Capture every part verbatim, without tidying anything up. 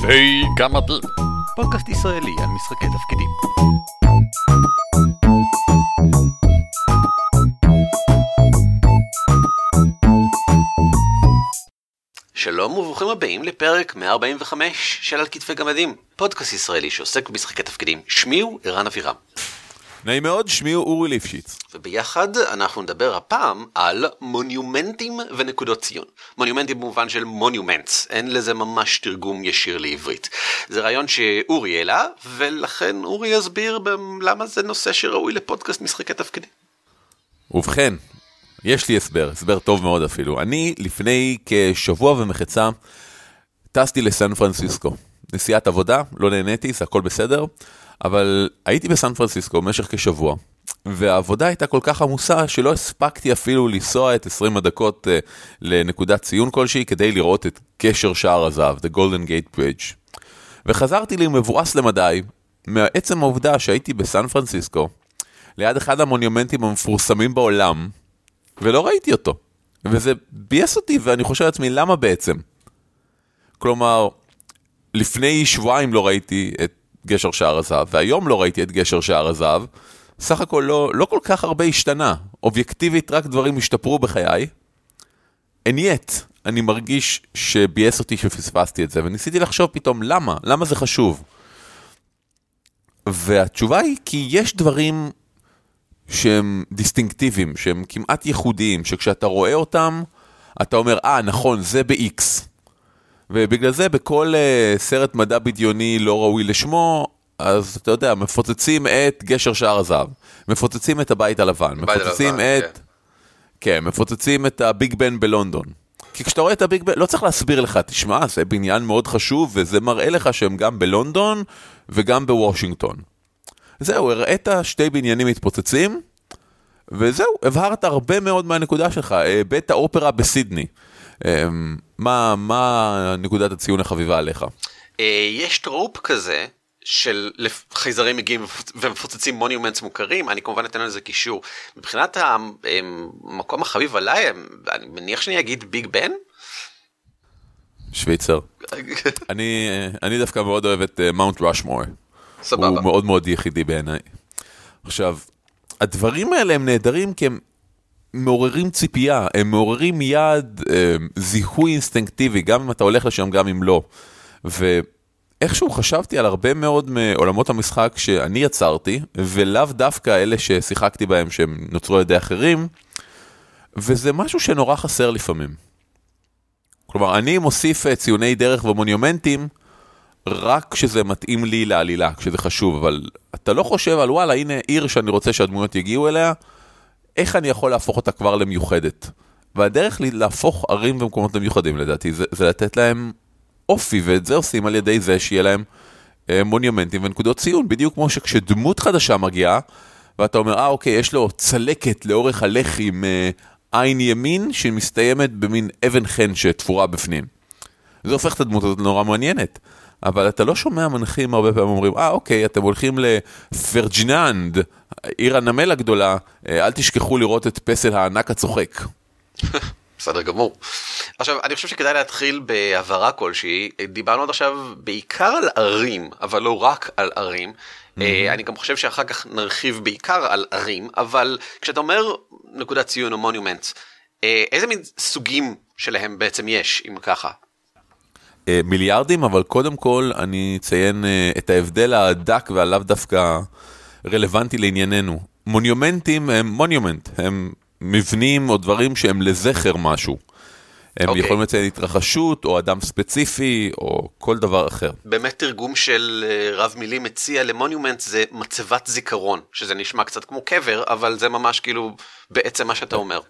משחקי גמדים, פודקאסט ישראלי על משחקי תפקידים. שלום וברוכים הבאים לפרק מאה ארבעים וחמש של על כתפי גמדים, פודקאסט ישראלי שעוסק במשחקי תפקידים. שמי הוא ערן אבירם. נעים מאוד, שמי הוא אורי ליפשיץ. וביחד אנחנו נדבר הפעם על מונומנטים ונקודות ציון. מונומנטים במובן של מונומנטס, אין לזה ממש תרגום ישיר לעברית. זה רעיון שאורי העלה, ולכן אורי יסביר למה זה נושא שראוי לפודקאסט משחקי תפקידים. ובכן, יש לי הסבר, הסבר טוב מאוד אפילו. אני לפני כשבוע ומחצה טסתי לסן פרנסיסקו. נסיעת עבודה, לא נהניתי, זה הכל בסדר. אבל הייתי בסן פרנסיסקו במשך כשבוע, והעבודה הייתה כל כך עמוסה שלא הספקתי אפילו לנסוע את עשרים הדקות uh, לנקודת ציון כלשהי כדי לראות את גשר שער הזהב, The Golden Gate Bridge. וחזרתי לי מבואס למדי מעצם העובדה שהייתי בסן פרנסיסקו, ליד אחד המונומנטים המפורסמים בעולם, ולא ראיתי אותו. וזה בייס אותי, ואני חושב לעצמי, למה בעצם? כלומר, לפני שבועיים לא ראיתי את גשר שער הזהב, והיום לא ראיתי את גשר שער הזהב, סך הכל לא, לא כל כך הרבה השתנה, אובייקטיבית רק דברים השתפרו בחיי, and yet, אני מרגיש שבייס אותי שפספסתי את זה, וניסיתי לחשוב פתאום למה, למה זה חשוב, והתשובה היא כי יש דברים שהם דיסטינקטיביים, שהם כמעט ייחודיים, שכשאתה רואה אותם, אתה אומר, אה, נכון, זה ב-X, ובגלל זה בכל uh, סרט מדע בדיוני לא ראוי לשמו, אז אתה יודע, מפוצצים את גשר שער הזהב, מפוצצים את הבית הלבן, מפוצצים את... כן, מפוצצים את הביג בן בלונדון. כי כשאתה רואה את הביג בן, לא צריך להסביר לך, תשמע, זה בניין מאוד חשוב, וזה מראה לך שהם גם בלונדון וגם בוושינגטון. זהו, הראית שתי בניינים מתפוצצים, וזהו, הבהרת הרבה מאוד מהנקודה שלך, בית האופרה בסידני. מה, מה נקודת הציון החביבה עליך? יש טרופ כזה של חייזרים מגיעים ומפוצצים מונומנטס מוכרים, אני כמובן אתן לזה קישור. מבחינת המקום החביב עליי, אני מניח שאני אגיד ביג בן? שוויצר. אני, אני דווקא מאוד אוהב את מאונט רשמור. סבבה. הוא מאוד מאוד יחידי בעיניי. עכשיו, הדברים האלה הם נהדרים כי הם מעוררים ציפייה, הם מעוררים מיד אה, זיהוי אינסטינקטיבי, גם אם אתה הולך לשם, גם אם לא. ואיכשהו חשבתי על הרבה מאוד מעולמות המשחק שאני יצרתי, ולאו דווקא אלה ששיחקתי בהם שהם נוצרו על ידי אחרים, וזה משהו שנורא חסר לפעמים. כלומר, אני מוסיף ציוני דרך ומונומנטים, רק כשזה מתאים לי לעלילה, כשזה חשוב, אבל אתה לא חושב על וואלה, הנה עיר שאני רוצה שהדמויות יגיעו אליה, איך אני יכול להפוך אותה כבר למיוחדת? והדרך לי להפוך ערים ומקומות למיוחדים, לדעתי, זה, זה לתת להם אופי, ואת זה עושים על ידי זה שיהיה להם אה, מונומנטים ונקודות ציון, בדיוק כמו שכשדמות חדשה מגיעה, ואתה אומר, אה, אוקיי, יש לו צלקת לאורך הלחי עם אה, עין ימין, שמסתיימת במין אבן חן שתפורה בפנים. זה הופך את הדמות הזאת נורא מעניינת. אבל אתה לא שומע מנחים הרבה פעמים אומרים, אה, אוקיי, אתם הולכים לפרג'יננד, עיר הנמל הגדולה, אל תשכחו לראות את פסל הענק הצוחק. בסדר גמור. עכשיו, אני חושב שכדאי להתחיל בעברה כלשהי. דיברנו עד עכשיו בעיקר על ערים, אבל לא רק על ערים. אני גם חושב שאחר כך נרחיב בעיקר על ערים, אבל כשאתה אומר נקודת ציון או מונומנט, איזה מין סוגים שלהם בעצם יש, אם ככה? מיליארדים, אבל קודם כל אני אציין את ההבדל הדק והלאו דווקא רלוונטי לענייננו. מונומנטים הם מונומנט, הם מבנים או דברים שהם לזכר משהו. הם okay. יכולים לציין התרחשות או אדם ספציפי או כל דבר אחר. באמת תרגום של רב מילים מציע למונומנט זה מצבת זיכרון, שזה נשמע קצת כמו קבר, אבל זה ממש כאילו בעצם מה שאתה אומר.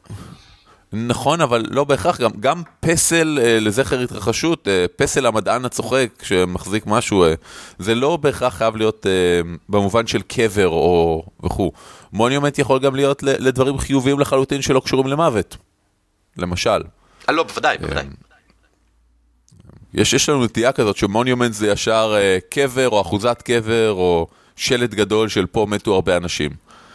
נכון, אבל לא בהכרח, גם, גם פסל אה, לזכר התרחשות, אה, פסל המדען הצוחק שמחזיק משהו, אה, זה לא בהכרח חייב להיות אה, במובן של קבר או וכו'. מונומנט יכול גם להיות לדברים חיוביים לחלוטין שלא קשורים למוות, למשל. אה, לא, בוודאי, בוודאי. יש, יש לנו נטייה כזאת שמונומנט זה ישר אה, קבר או אחוזת קבר או שלט גדול של פה מתו הרבה אנשים.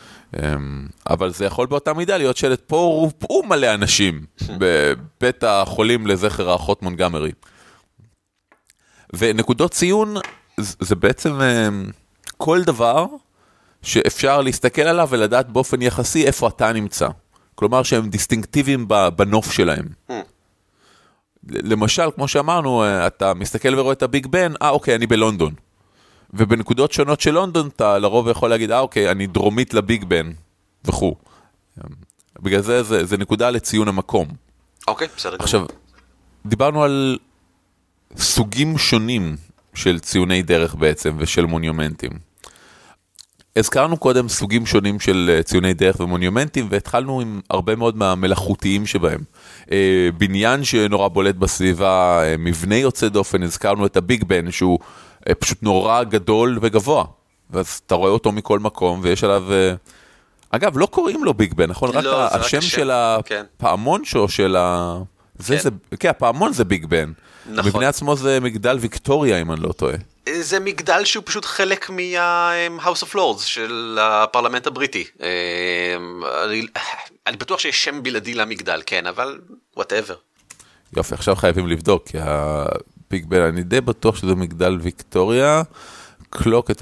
אבל זה יכול באותה מידה להיות שלט פה רופאו מלא אנשים בבית החולים לזכר האחות מונגמרי. ונקודות ציון זה בעצם כל דבר שאפשר להסתכל עליו ולדעת באופן יחסי איפה אתה נמצא. כלומר שהם דיסטינקטיביים בנוף שלהם. Mm. למשל, כמו שאמרנו, אתה מסתכל ורואה את הביג בן, אה אוקיי, אני בלונדון. ובנקודות שונות של לונדון, אתה לרוב יכול להגיד, אה אוקיי, אני דרומית לביג בן, וכו'. בגלל זה, זה, זה נקודה לציון המקום. אוקיי, בסדר. עכשיו, דיברנו על סוגים שונים של ציוני דרך בעצם, ושל מונומנטים. הזכרנו קודם סוגים שונים של ציוני דרך ומונומנטים, והתחלנו עם הרבה מאוד מהמלאכותיים שבהם. בניין שנורא בולט בסביבה, מבנה יוצא דופן, הזכרנו את הביג בן, שהוא פשוט נורא גדול וגבוה. ואז אתה רואה אותו מכל מקום, ויש עליו... אגב, לא קוראים לו ביג בן, נכון? לא, רק השם של הפעמון שלו, של ה... כן, הפעמון זה ביג בן. נכון. המבנה עצמו זה מגדל ויקטוריה, אם אני לא טועה. זה מגדל שהוא פשוט חלק מה-House of Lords של הפרלמנט הבריטי. אני, אני בטוח שיש שם בלעדי למגדל, כן, אבל whatever. יופי, עכשיו חייבים לבדוק, כי הביג בן, אני די בטוח שזה מגדל ויקטוריה, קלוק,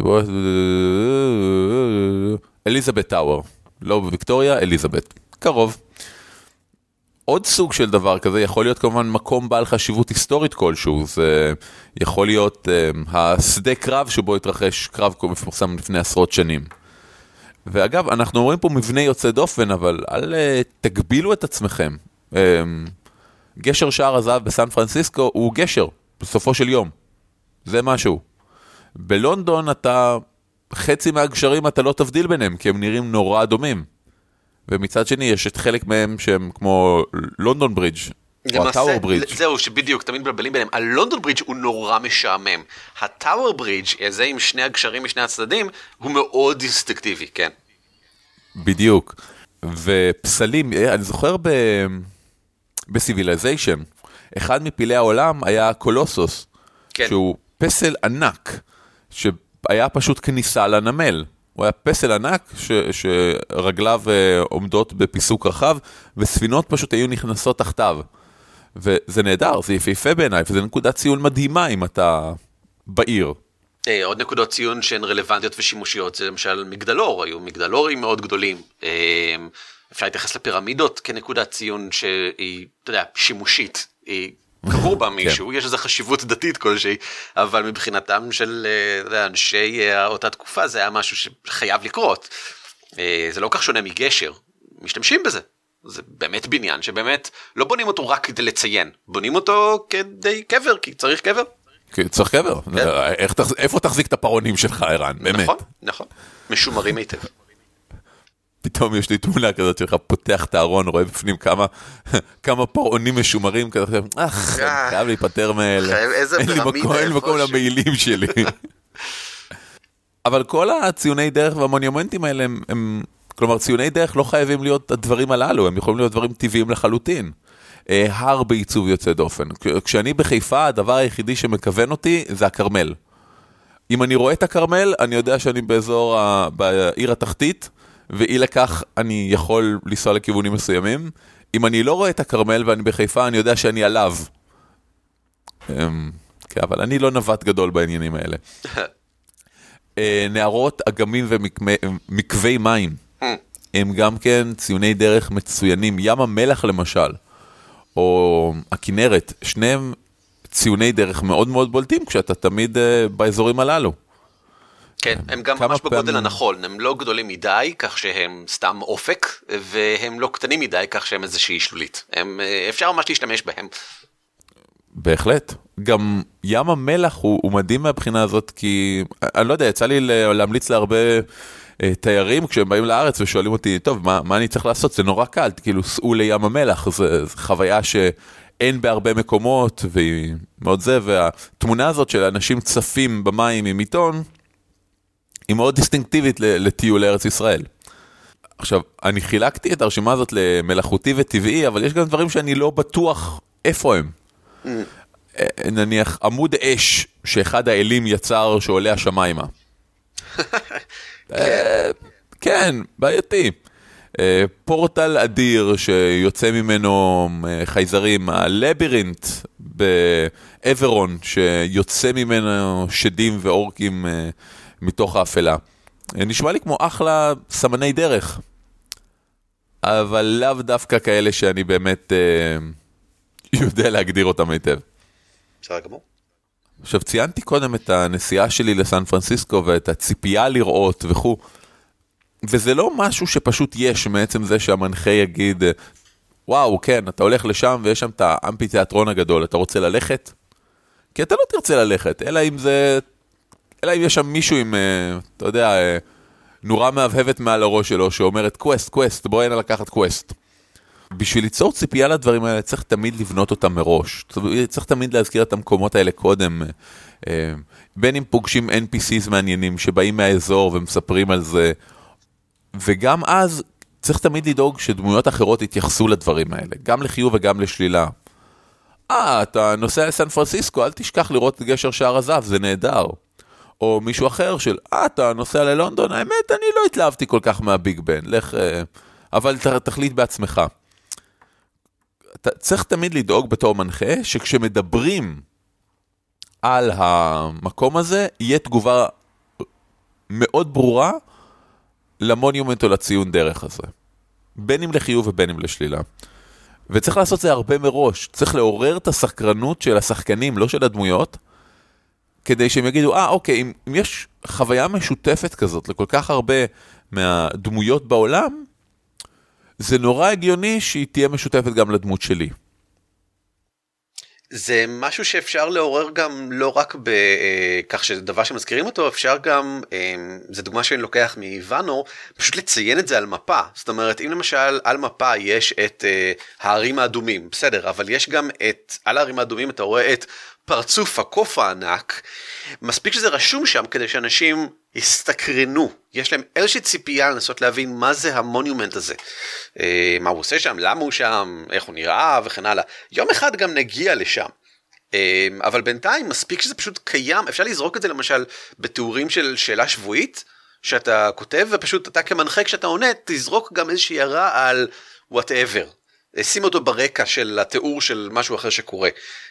אליזבת טאוור, לא בוויקטוריה, אליזבת, קרוב. עוד סוג של דבר כזה יכול להיות כמובן מקום בעל חשיבות היסטורית כלשהו, זה יכול להיות um, השדה קרב שבו התרחש קרב מפורסם לפני עשרות שנים. ואגב, אנחנו רואים פה מבנה יוצא דופן, אבל אל uh, תגבילו את עצמכם. Um, גשר שער הזהב בסן פרנסיסקו הוא גשר, בסופו של יום. זה משהו. בלונדון אתה, חצי מהגשרים אתה לא תבדיל ביניהם, כי הם נראים נורא דומים. ומצד שני יש את חלק מהם שהם כמו לונדון ברידג' או הטאוור ברידג'. זהו, שבדיוק, תמיד בלבלים ביניהם. הלונדון ברידג' הוא נורא משעמם. הטאוור ברידג' הזה עם שני הגשרים משני הצדדים, הוא מאוד דיסטינקטיבי, כן. בדיוק. ופסלים, אני זוכר ב... בסיביליזיישן, אחד מפילי העולם היה קולוסוס, כן. שהוא פסל ענק, שהיה פשוט כניסה לנמל. הוא היה פסל ענק ש, שרגליו עומדות בפיסוק רחב, וספינות פשוט היו נכנסות תחתיו. וזה נהדר, זה יפהפה בעיניי, וזה נקודת ציון מדהימה אם אתה בעיר. עוד נקודות ציון שהן רלוונטיות ושימושיות, זה למשל מגדלור, היו מגדלורים מאוד גדולים. אפשר להתייחס לפירמידות כנקודת ציון שהיא, אתה יודע, שימושית, היא... קבור בה מישהו, יש איזו חשיבות דתית כלשהי, אבל מבחינתם של אנשי אותה תקופה זה היה משהו שחייב לקרות. זה לא כך שונה מגשר, משתמשים בזה. זה באמת בניין שבאמת לא בונים אותו רק כדי לציין, בונים אותו כדי קבר, כי צריך קבר. צריך קבר? איפה תחזיק את הפרונים שלך, ערן? באמת. נכון, נכון. משומרים היטב. פתאום יש לי תמונה כזאת שלך, פותח את הארון, רואה בפנים כמה, כמה פרעונים משומרים, כזה, אך, אני חייב להיפטר מאלה. אין לי מקום, אין לי מקום למעילים שלי. אבל כל הציוני דרך והמונומנטים האלה, הם, הם, כלומר, ציוני דרך לא חייבים להיות הדברים הללו, הם יכולים להיות דברים טבעיים לחלוטין. הר בעיצוב יוצא דופן. כשאני בחיפה, הדבר היחידי שמכוון אותי זה הקרמל. אם אני רואה את הקרמל, אני יודע שאני באזור, בעיר התחתית, ואי לכך אני יכול לנסוע לכיוונים מסוימים. אם אני לא רואה את הקרמל ואני בחיפה, אני יודע שאני עליו. כן, אבל אני לא נווט גדול בעניינים האלה. נערות, אגמים ומקווי מים. הם גם כן ציוני דרך מצוינים. ים המלח למשל, או הכנרת, שניהם ציוני דרך מאוד מאוד בולטים, כשאתה תמיד באזורים הללו. כן, הם גם ממש בגודל הנכון, הם לא גדולים מדי, כך שהם סתם אופק, והם לא קטנים מדי, כך שהם איזושהי שלולית. הם, אפשר ממש להשתמש בהם. בהחלט. גם ים המלח הוא, הוא מדהים מהבחינה הזאת, כי אני לא יודע, יצא לי להמליץ להרבה תיירים, כשהם באים לארץ ושואלים אותי, טוב, מה, מה אני צריך לעשות? זה נורא קל, כאילו, סעו לים המלח, זו חוויה שאין בהרבה מקומות, והיא מאוד זה, והתמונה הזאת של אנשים צפים במים עם עיתון, היא מאוד דיסטינקטיבית לטיול לארץ ישראל. עכשיו, אני חילקתי את הרשימה הזאת למלאכותי וטבעי, אבל יש גם דברים שאני לא בטוח איפה הם. Mm. נניח, עמוד אש שאחד האלים יצר שעולה השמיימה. כן, בעייתי. פורטל אדיר שיוצא ממנו חייזרים, הלבירינט באברון, שיוצא ממנו שדים ואורקים מתוך האפלה. נשמע לי כמו אחלה סמני דרך, אבל לאו דווקא כאלה שאני באמת יודע להגדיר אותם היטב. בסדר גמור. עכשיו, ציינתי קודם את הנסיעה שלי לסן פרנסיסקו ואת הציפייה לראות וכו', וזה לא משהו שפשוט יש מעצם זה שהמנחה יגיד, וואו, כן, אתה הולך לשם ויש שם את האמפי תיאטרון הגדול, אתה רוצה ללכת? כי אתה לא תרצה ללכת, אלא אם זה, אלא אם יש שם מישהו עם, אתה יודע, נורה מהבהבת מעל הראש שלו, שאומרת, קווסט, קווסט, בואי הנה לקחת קווסט. בשביל ליצור ציפייה לדברים האלה, צריך תמיד לבנות אותם מראש. צריך תמיד להזכיר את המקומות האלה קודם. בין אם פוגשים אן פי סי'ס מעניינים שבאים מהאזור ומספרים על זה. וגם אז צריך תמיד לדאוג שדמויות אחרות יתייחסו לדברים האלה. גם לחיוב וגם לשלילה. אה, אתה נוסע לסן פרנסיסקו, אל תשכח לראות את גשר שער הזהב, זה נהדר. או מישהו אחר של, אה, אתה נוסע ללונדון, האמת, אני לא התלהבתי כל כך מהביג בן. לך, אבל תחליט בעצמך. אתה צריך תמיד לדאוג בתור מנחה, שכשמדברים על המקום הזה, יהיה תגובה מאוד ברורה למוניומנט או לציון דרך הזה. בין אם לחיוב ובין אם לשלילה. וצריך לעשות זה הרבה מראש. צריך לעורר את הסקרנות של השחקנים, לא של הדמויות, כדי שהם יגידו, אה, אוקיי, אם, אם יש חוויה משותפת כזאת לכל כך הרבה מהדמויות בעולם, זה נורא הגיוני שהיא תהיה משותפת גם לדמות שלי. זה משהו שאפשר לעורר גם לא רק בכך שדבר שמזכירים אותו, אפשר גם, זה דוגמה שאני לוקח מאיוונור, פשוט לציין את זה על מפה. זאת אומרת, אם למשל על מפה יש את הערים האדומים, בסדר, אבל יש גם את, על הערים האדומים אתה רואה את פרצוף הקוף הענק, מספיק שזה רשום שם כדי שאנשים יסתקרנו, יש להם איזושהי ציפייה לנסות להבין מה זה המונומנט הזה, מה הוא עושה שם, למה הוא שם, איך הוא נראה וכן הלאה. יום אחד גם נגיע לשם, אבל בינתיים מספיק שזה פשוט קיים, אפשר לזרוק את זה למשל בתיאורים של שאלה שבועית, שאתה כותב ופשוט אתה כמנחה כשאתה עונה, תזרוק גם איזושהי הערה על whatever, שים אותו ברקע של התיאור של משהו אחר שקורה.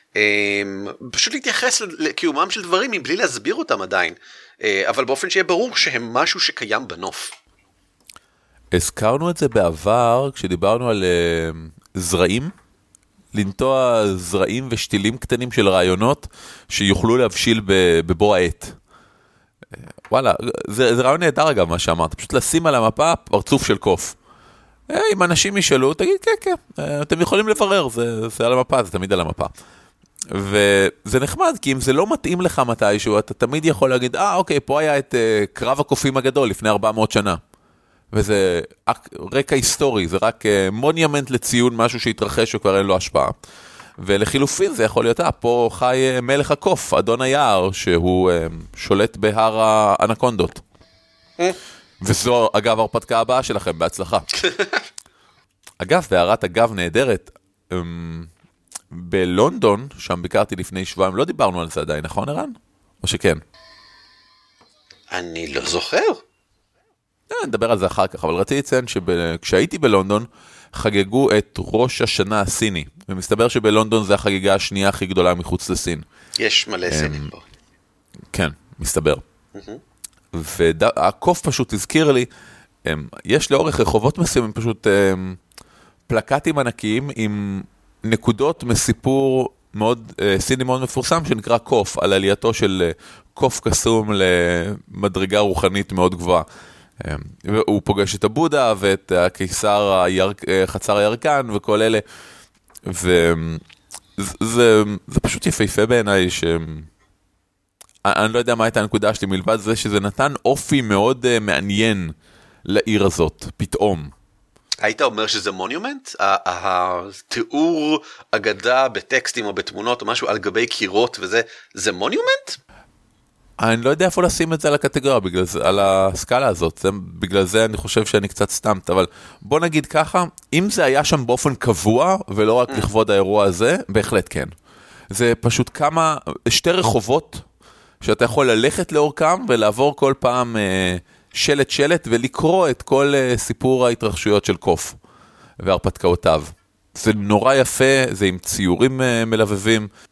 פשוט להתייחס לקיומם של דברים מבלי להסביר אותם עדיין, אבל באופן שיהיה ברור שהם משהו שקיים בנוף. הזכרנו את זה בעבר כשדיברנו על זרעים, לנטוע זרעים ושתילים קטנים של רעיונות שיוכלו להבשיל בבור העת. וואלה, זה, זה רעיון נהדר אגב מה שאמרת, פשוט לשים על המפה פרצוף של קוף. אם אנשים ישאלו, תגיד כן, כן, אתם יכולים לברר, זה, זה על המפה, זה תמיד על המפה. וזה נחמד, כי אם זה לא מתאים לך מתישהו, אתה תמיד יכול להגיד, אה, אוקיי, פה היה את uh, קרב הקופים הגדול לפני ארבע מאות שנה. וזה רקע היסטורי, זה רק uh, מונימנט לציון משהו שהתרחש וכבר אין לו השפעה. ולחילופין זה יכול להיות, אה, פה חי uh, מלך הקוף, אדון היער, שהוא uh, שולט בהר האנקונדות. וזו, אגב, הרפתקה הבאה שלכם, בהצלחה. אגב, בהערת אגב נהדרת, um, בלונדון, שם ביקרתי לפני שבועיים, לא דיברנו על זה עדיין, נכון ערן? או שכן? אני לא זוכר. נדבר על זה אחר כך, אבל רציתי לציין שכשהייתי בלונדון, חגגו את ראש השנה הסיני, ומסתבר שבלונדון זה החגיגה השנייה הכי גדולה מחוץ לסין. יש מלא סינים פה. כן, מסתבר. והקוף פשוט הזכיר לי, יש לאורך רחובות מסוימים פשוט פלקטים ענקיים עם נקודות מסיפור מאוד, סיני מאוד מפורסם שנקרא קוף, על עלייתו של קוף קסום למדרגה רוחנית מאוד גבוהה. הוא פוגש את הבודה ואת הקיסר הירק, חצר הירקן וכל אלה, וזה זה פשוט יפהפה בעיניי, שאני לא יודע מה הייתה הנקודה שלי, מלבד זה שזה נתן אופי מאוד מעניין לעיר הזאת, פתאום. היית אומר שזה מוניומנט? התיאור אגדה בטקסטים או בתמונות או משהו על גבי קירות וזה, זה מוניומנט? אני לא יודע איפה לשים את זה על הקטגוריה, בגלל זה, על הסקאלה הזאת, זה, בגלל זה אני חושב שאני קצת סתמת, אבל בוא נגיד ככה, אם זה היה שם באופן קבוע, ולא רק לכבוד האירוע הזה, בהחלט כן. זה פשוט כמה, שתי רחובות, שאתה יכול ללכת לאורכם, ולעבור כל פעם אה, שלט שלט, ולקרוא את כל אה, סיפור ההתרחשויות של קוף, והרפתקאותיו. זה נורא יפה, זה עם ציורים אה, מלבבים,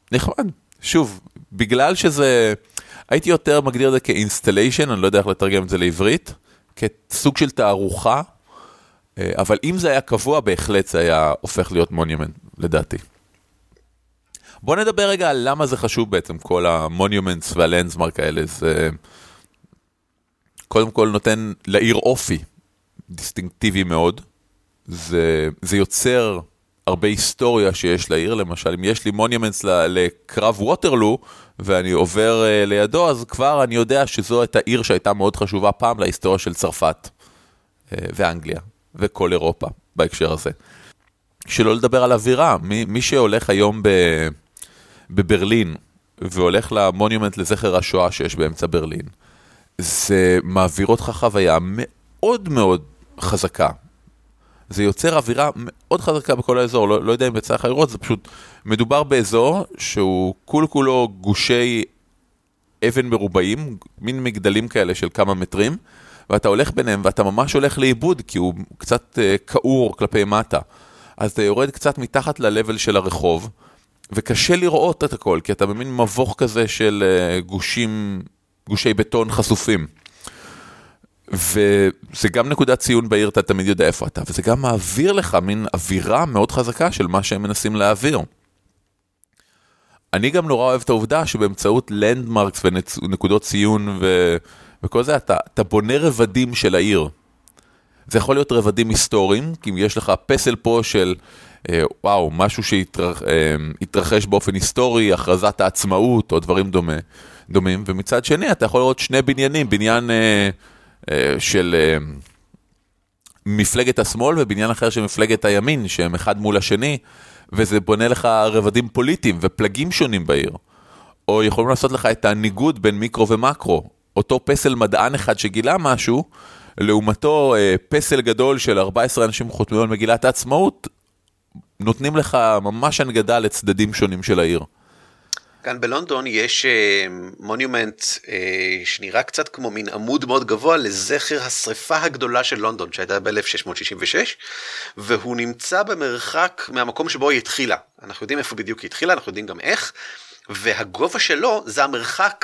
נחמד. שוב, בגלל שזה, הייתי יותר מגדיר את זה כאינסטליישן, אני לא יודע איך לתרגם את זה לעברית, כסוג של תערוכה, אבל אם זה היה קבוע, בהחלט זה היה הופך להיות מוניומנט, לדעתי. בוא נדבר רגע על למה זה חשוב בעצם, כל המוניומנטס והלנדסמרק האלה. זה קודם כל נותן לעיר אופי דיסטינקטיבי מאוד. זה, זה יוצר הרבה היסטוריה שיש לעיר. למשל, אם יש לי מוניומנטס לקרב ווטרלו, ואני עובר לידו, אז כבר אני יודע שזו את העיר שהייתה מאוד חשובה פעם להיסטוריה של צרפת ואנגליה וכל אירופה בהקשר הזה. שלא לדבר על אווירה, מי, מי שהולך היום ב, בברלין, והולך למוניומנט לזכר השואה שיש באמצע ברלין, זה מעביר אותך חוויה מאוד מאוד חזקה. זה יוצר אווירה מאוד חזקה בכל האזור, לא, לא יודע אם יצא לך לראות, זה פשוט מדובר באזור שהוא כול כולו גושי אבן מרובעים, מין מגדלים כאלה של כמה מטרים, ואתה הולך ביניהם ואתה ממש הולך לאיבוד, כי הוא קצת uh, כאור כלפי מטה. אז אתה יורד קצת מתחת ללבל של הרחוב, וקשה לראות את הכל, כי אתה במין מבוך כזה של uh, גושים, גושי בטון חשופים. וזה גם נקודת ציון בעיר, אתה תמיד יודע איפה אתה, וזה גם מעביר לך מין אווירה מאוד חזקה של מה שהם מנסים להעביר. אני גם נורא אוהב את העובדה שבאמצעות לנדמרקס ונקודות ציון ו... וכל זה, אתה, אתה בונה רבדים של העיר. זה יכול להיות רבדים היסטוריים, כי אם יש לך פסל פה של, אה, וואו, משהו שהתרחש אה, באופן היסטורי, הכרזת העצמאות או דברים דומה, דומים, ומצד שני אתה יכול לראות שני בניינים, בניין אה, אה, של אה, מפלגת השמאל ובניין אחר של מפלגת הימין, שהם אחד מול השני, וזה בונה לך רבדים פוליטיים ופלגים שונים בעיר. או יכולים לעשות לך את הניגוד בין מיקרו ומקרו. אותו פסל מדען אחד שגילה משהו, לעומתו פסל גדול של ארבעה עשר אנשים חותמים על מגילת העצמאות, נותנים לך ממש הנגדה לצדדים שונים של העיר. כאן בלונדון יש מונומנט שנראה קצת כמו מין עמוד מאוד גבוה לזכר השריפה הגדולה של לונדון, שהייתה ב-אלף שש מאות שישים ושש, והוא נמצא במרחק מהמקום שבו היא התחילה. אנחנו יודעים איפה בדיוק היא התחילה, אנחנו יודעים גם איך, והגובה שלו זה המרחק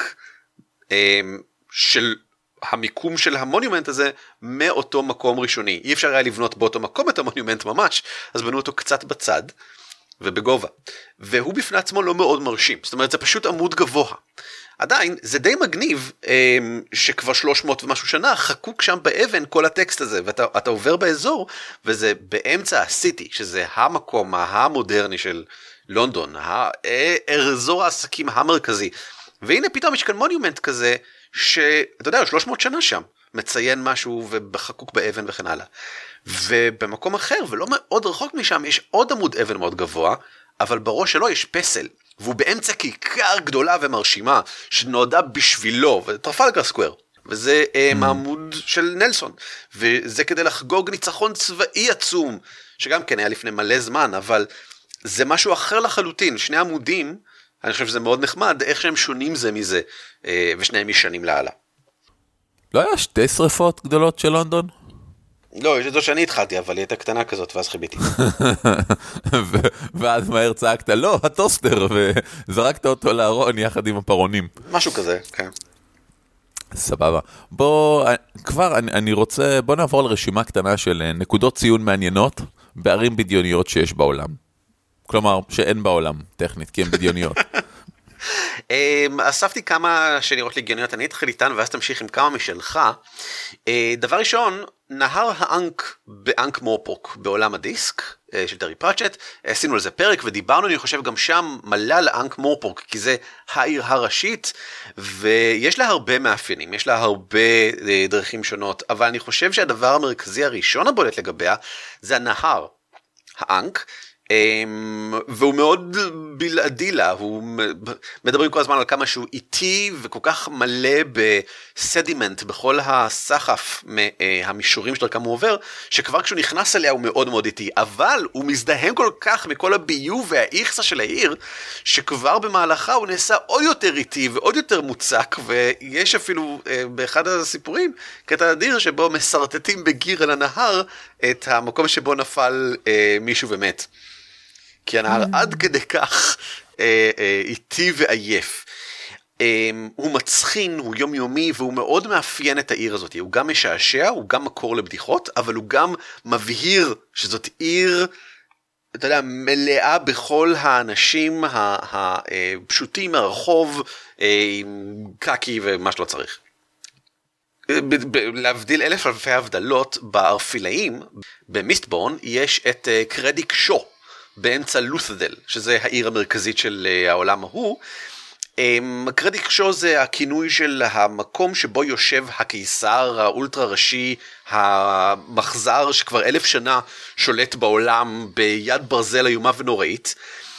של המיקום של המונומנט הזה מאותו מקום ראשוני. אי אפשר היה לבנות באותו מקום את המונומנט ממש, אז בנו אותו קצת בצד ובגובה. והוא בפני עצמו לא מאוד מרשים, זאת אומרת זה פשוט עמוד גבוה. עדיין זה די מגניב שכבר שלוש מאות ומשהו שנה חקוק שם באבן כל הטקסט הזה, ואתה אתה עובר באזור וזה באמצע הסיטי, שזה המקום המודרני של לונדון, האזור העסקים המרכזי. והנה פתאום יש כאן מונומנט כזה, שאתה יודע, שלוש מאות שנה שם, מציין משהו ובחקוק באבן וכן הלאה. ובמקום אחר, ולא מאוד רחוק משם, יש עוד עמוד אבן מאוד גבוה, אבל בראש שלו יש פסל, והוא באמצע כיכר גדולה ומרשימה, שנועדה בשבילו, וטרפלגר סקוואר. וזה mm. מעמוד של נלסון, וזה כדי לחגוג ניצחון צבאי עצום, שגם כן היה לפני מלא זמן, אבל זה משהו אחר לחלוטין, שני עמודים, אני חושב שזה מאוד נחמד, איך שהם שונים זה מזה, ושניהם ישנים לעלה. לא היה שתי שריפות גדולות של לונדון? לא, יש את זו שאני התחלתי, אבל היא הייתה קטנה כזאת, ואז חיביתי. ואז מהר צעקת, לא, הטוסטר, וזרקת אותו לארון יחד עם הפרונים. משהו כזה, כן. סבבה. בוא, כבר אני רוצה, בוא נעבור לרשימה קטנה של נקודות ציון מעניינות, בערים בדיוניות שיש בעולם. כלומר, שאין בעולם, טכנית, כי הן בדיוניות. אספתי כמה שנראות לי הגיוניות, אני אתחיל איתן, ואז תמשיך עם כמה משלך. דבר ראשון, נהר האנק באנק מורפוק, בעולם הדיסק, של טרי פראצ'ט, עשינו על זה פרק, ודיברנו, אני חושב, גם שם מלא לאנק מורפוק, כי זה העיר הראשית, ויש לה הרבה מאפיינים, יש לה הרבה דרכים שונות, אבל אני חושב שהדבר המרכזי הראשון הבולט לגביה, זה הנהר האנק, והוא מאוד בלעדי לה, הוא מדברים כל הזמן על כמה שהוא איטי וכל כך מלא בסדימנט בכל הסחף מהמישורים שדרכם הוא עובר, שכבר כשהוא נכנס אליה הוא מאוד מאוד איטי, אבל הוא מזדהם כל כך מכל הביוב והאיכסה של העיר, שכבר במהלכה הוא נעשה עוד יותר איטי ועוד יותר מוצק, ויש אפילו באחד הסיפורים קטע נדיר שבו מסרטטים בגיר על הנהר את המקום שבו נפל מישהו ומת. כי הנהר עד כדי כך אה, אה, איטי ועייף. אה, הוא מצחין, הוא יומיומי, והוא מאוד מאפיין את העיר הזאת. הוא גם משעשע, הוא גם מקור לבדיחות, אבל הוא גם מבהיר שזאת עיר, אתה יודע, מלאה בכל האנשים הפשוטים מהרחוב, עם קקי ומה שלא צריך. להבדיל אלף אלפי הבדלות, בארפילאים, במיסטבורן, יש את קרדיק שו, באמצע לות'דל, שזה העיר המרכזית של העולם ההוא. קרדיק שו זה הכינוי של המקום שבו יושב הקיסר האולטרה ראשי, המחזר שכבר אלף שנה שולט בעולם ביד ברזל איומה ונוראית,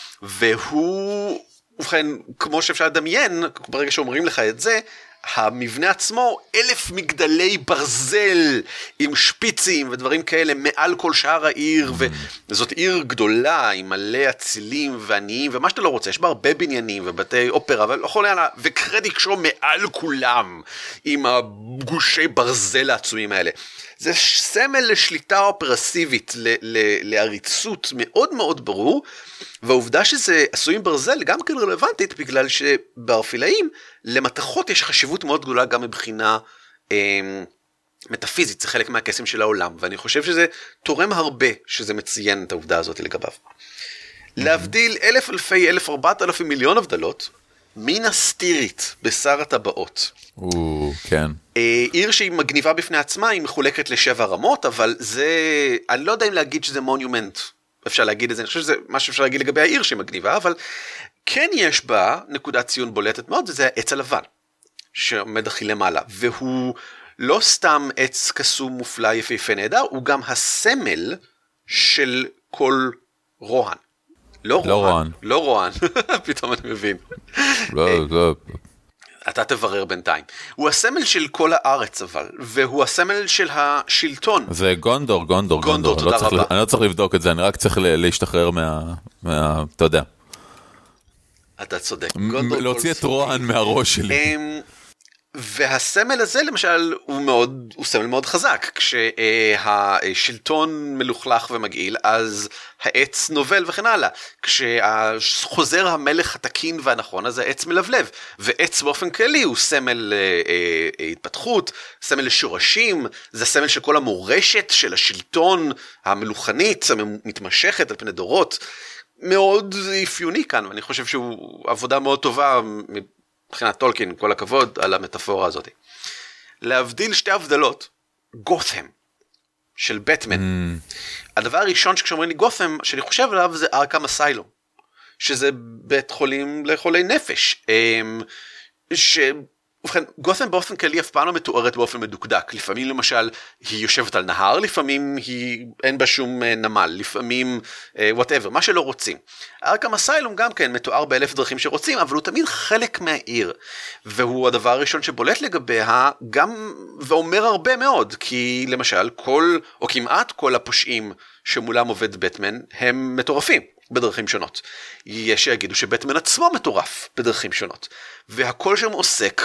והוא, ובכן, כמו שאפשר לדמיין, ברגע שאומרים לך את זה, המבנה עצמו אלף מגדלי ברזל עם שפיצים ודברים כאלה מעל כל שאר העיר, וזאת עיר גדולה עם מלא אצילים ועניים ומה שאתה לא רוצה, יש בה הרבה בניינים ובתי אופרה ולכל העלה, וקרדיק שו מעל כולם עם הגושי ברזל העצומים האלה. זה סמל לשליטה אופרסיבית, ל- ל- לעריצות מאוד מאוד ברור, והעובדה שזה עשוי עם ברזל גם כן רלוונטית, בגלל שבארפילאים למתכות יש חשיבות מאוד גדולה גם מבחינה אה, מטאפיזית, זה חלק מהקסם של העולם, ואני חושב שזה תורם הרבה שזה מציין את העובדה הזאת לגביו. להבדיל אלף אלפי, אלף ארבעת אלפים מיליון הבדלות, מינה סטירית בשר הטבעות. או, כן. עיר שהיא מגניבה בפני עצמה, היא מחולקת לשבע רמות, אבל זה, אני לא יודע אם להגיד שזה מונומנט, אפשר להגיד את זה, אני חושב שזה מה שאפשר להגיד לגבי העיר שהיא מגניבה, אבל כן יש בה נקודת ציון בולטת מאוד, וזה העץ הלבן, שעומד הכי למעלה, והוא לא סתם עץ קסום מופלא יפהפה נהדר, הוא גם הסמל של כל רוהן. לא רוהן, לא רוהן, פתאום אני מבין. לא, לא. אתה תברר בינתיים. הוא הסמל של כל הארץ אבל, והוא הסמל של השלטון. זה גונדור, גונדור, גונדור. תודה רבה. אני לא צריך לבדוק את זה, אני רק צריך להשתחרר מה... אתה יודע. אתה צודק. להוציא את רוהן מהראש שלי. והסמל הזה למשל הוא מאוד, הוא סמל מאוד חזק, כשהשלטון מלוכלך ומגעיל, אז העץ נובל וכן הלאה, כשחוזר המלך התקין והנכון, אז העץ מלבלב, ועץ באופן כללי הוא סמל התפתחות, סמל לשורשים, זה סמל של כל המורשת של השלטון המלוכנית, המתמשכת על פני דורות, מאוד אפיוני כאן, ואני חושב שהוא עבודה מאוד טובה, מבחינת טולקין, כל הכבוד על המטאפורה הזאת. להבדיל שתי הבדלות, גות'ם של בטמן. Mm. הדבר הראשון שכשאומרים לי גות'ם, שאני חושב עליו זה ארכם אסיילום, שזה בית חולים לחולי נפש. ש... ובכן, גות'ם באופן כללי אף פעם לא מתוארת באופן מדוקדק. לפעמים למשל היא יושבת על נהר, לפעמים היא אין בה שום נמל, לפעמים whatever, מה שלא רוצים. ארכם אסיילום גם כן מתואר באלף דרכים שרוצים, אבל הוא תמיד חלק מהעיר. והוא הדבר הראשון שבולט לגביה גם ואומר הרבה מאוד, כי למשל כל או כמעט כל הפושעים שמולם עובד בטמן הם מטורפים בדרכים שונות. יש שיגידו שבטמן עצמו מטורף בדרכים שונות. והכל שם עוסק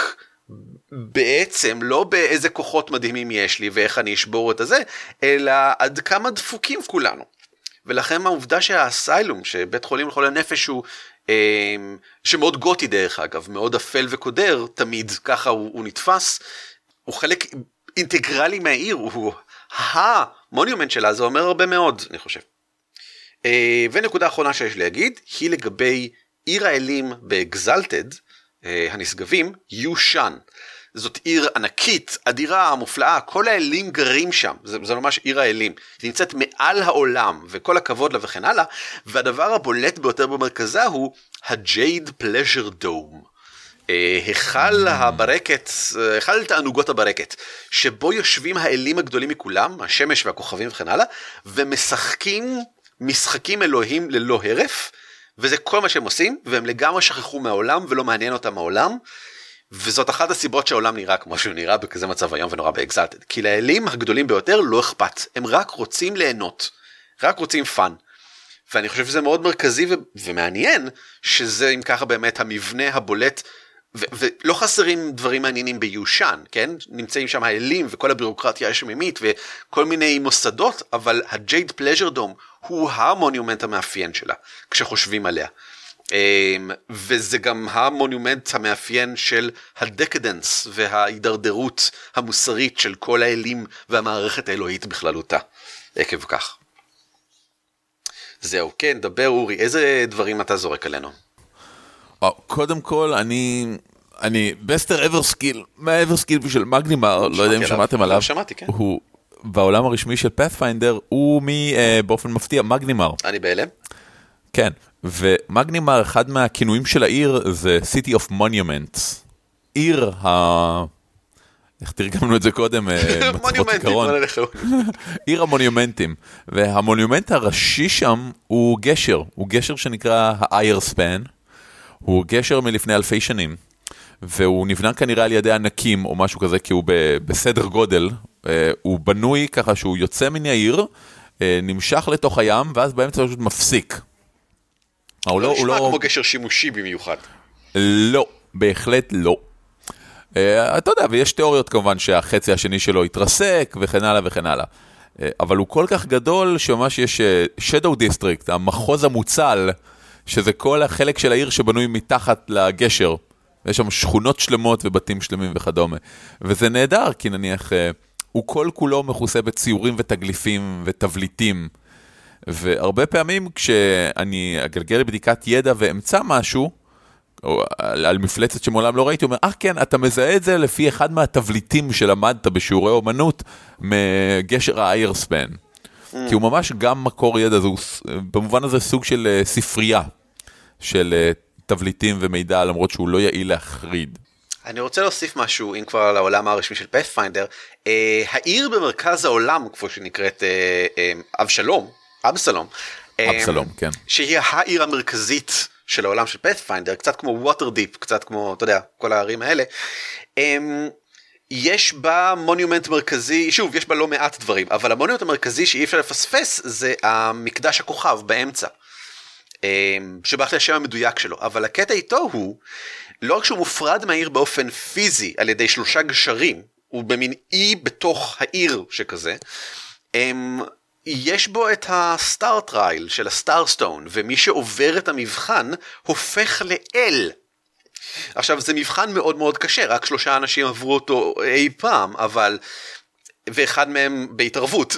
בעצם לא באיזה כוחות מדהימים יש לי ואיך אני אשבור את הזה, אלא עד כמה דפוקים כולנו. ולכן העובדה שהאסיילום, שבית חולים לחולי נפש הוא, אה, שמאוד גותי דרך אגב, מאוד אפל וקודר, תמיד ככה הוא, הוא נתפס, הוא חלק אינטגרלי מהעיר, הוא המונומנט שלה, זה אומר הרבה מאוד, אני חושב. אה, ונקודה האחרונה שיש להגיד, היא לגבי עיר האלים באקזלטד, הנשגבים, יושן. זאת עיר ענקית, אדירה, מופלאה, כל האלים גרים שם, זה, זה ממש עיר האלים, היא נמצאת מעל העולם, וכל הכבוד לה וכן הלאה, והדבר הבולט ביותר במרכזה הוא הג'ייד פלז'ר דום, היכל הברקת, היכל תענוגות הברקת, שבו יושבים האלים הגדולים מכולם, השמש והכוכבים וכן הלאה, ומשחקים משחקים אלוהים ללא הרף, וזה כל מה שהם עושים, והם לגמרי שכחו מהעולם, ולא מעניין אותם מהעולם, וזאת אחת הסיבות שהעולם נראה כמו שהוא נראה, בכזה מצב היום ונורא באקזלטד, כי לאלים הגדולים ביותר לא אכפת, הם רק רוצים ליהנות, רק רוצים פן, ואני חושב שזה מאוד מרכזי ו- ומעניין, שזה אם ככה באמת המבנה הבולט, ולא חסרים דברים מעניינים ביושן, כן? נמצאים שם האלים וכל הבירוקרטיה השמימית וכל מיני מוסדות, אבל הג'ייד פלז'ר דום הוא המונומנט המאפיין שלה, כשחושבים עליה. וזה גם המונומנט המאפיין של הדקדנס וההידרדרות המוסרית של כל האלים והמערכת האלוהית בכללותה, עקב כך. זהו, כן, דבר אורי, איזה דברים אתה זורק עלינו? קודם כל, אני, אני, בסטר אברסקיל, מהאברסקיל של מגנימר, לא יודע אם שמעתם עליו, שמעתי, כן. הוא בעולם הרשמי של פאת'פיינדר, הוא מי, באופן מפתיע, מגנימר. אני בהלם. כן, ומגנימר, אחד מהכינויים של העיר, זה City of Monuments. עיר ה... איך תרגמנו את זה קודם? מונומנטים, עיר המונומנטים. והמונומנט הראשי שם הוא גשר, הוא גשר שנקרא האיירספן, הוא גשר מלפני אלפי שנים, והוא נבנה כנראה על ידי ענקים או משהו כזה, כי הוא בסדר גודל, הוא בנוי ככה שהוא יוצא מן העיר, נמשך לתוך הים, ואז באמצע פשוט מפסיק. הוא לא נשמע כמו גשר שימושי במיוחד. לא, בהחלט לא. אתה יודע, ויש תיאוריות כמובן שהחצי השני שלו יתרסק וכן הלאה וכן הלאה. אבל הוא כל כך גדול שממש יש Shadow District, המחוז המוצל, שזה כל החלק של העיר שבנוי מתחת לגשר. יש שם שכונות שלמות ובתים שלמים וכדומה. וזה נהדר, כי נניח, הוא כל כולו מכוסה בציורים ותגליפים ותבליטים. והרבה פעמים כשאני אגלגל בדיקת ידע ואמצא משהו, או על, על מפלצת שמעולם לא ראיתי, הוא אומר, אה כן, אתה מזהה את זה לפי אחד מהתבליטים שלמדת בשיעורי אומנות, מגשר האיירספן. Mm. כי הוא ממש גם מקור ידע, הוא במובן הזה סוג של ספרייה, של תבליטים ומידע, למרות שהוא לא יעיל להחריד. אני רוצה להוסיף משהו, אם כבר לעולם הרשמי של פאת'פיינדר, אה, העיר במרכז העולם, כמו שנקראת אה, אה, אבשלום, אבסלום, אבסלום, אה, כן. שהיא העיר המרכזית של העולם של פאת'פיינדר, קצת כמו ווטרדיפ, קצת כמו, אתה יודע, כל הערים האלה, אה, יש בה מונומנט מרכזי, שוב, יש בה לא מעט דברים, אבל המונומנט המרכזי שאי אפשר לפספס, זה המקדש הכוכב באמצע, אה, שבאחלה השם המדויק שלו, אבל הקטע איתו הוא, לא רק שהוא מופרד מהעיר באופן פיזי, על ידי שלושה גשרים, הוא במין אי בתוך העיר שכזה, יש בו את הסטאר טרייל של הסטארסטון, ומי שעובר את המבחן, הופך לאל. עכשיו, זה מבחן מאוד מאוד קשה, רק שלושה אנשים עברו אותו אי פעם, אבל... ואחד מהם בהתערבות,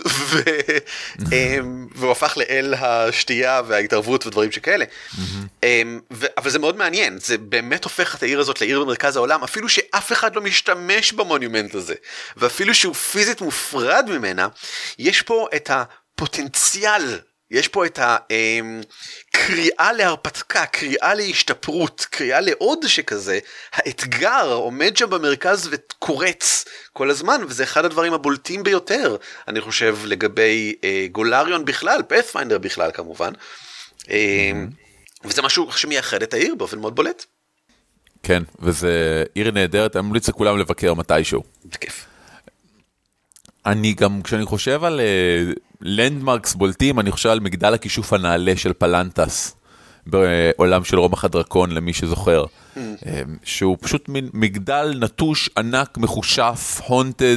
והוא הפך לאל השתייה וההתערבות ודברים שכאלה. אבל זה מאוד מעניין, זה באמת הופך את העיר הזאת לעיר במרכז העולם, אפילו שאף אחד לא משתמש במונומנט הזה, ואפילו שהוא פיזית מופרד ממנה, יש פה את הפוטנציאל, יש פה את הקריאה להרפתקה, קריאה להשתפרות, קריאה לעוד שכזה, האתגר עומד שם במרכז וקורץ כל הזמן, וזה אחד הדברים הבולטים ביותר, אני חושב, לגבי אה, גולריון בכלל, פאת'פיינדר בכלל כמובן, אה, וזה משהו שמייחד את העיר באופן מאוד בולט. כן, וזה עיר נהדרת, אני ממליץ לכולם לבקר מתישהו. בכיף. אני גם, כשאני חושב על לנדמרקס בולטים, אני חושב על מגדל הכישוף הנעלה של פלנטס, בעולם של רומח הדרקון, למי שזוכר, שהוא פשוט מין מגדל נטוש, ענק, מחושף, הונטד,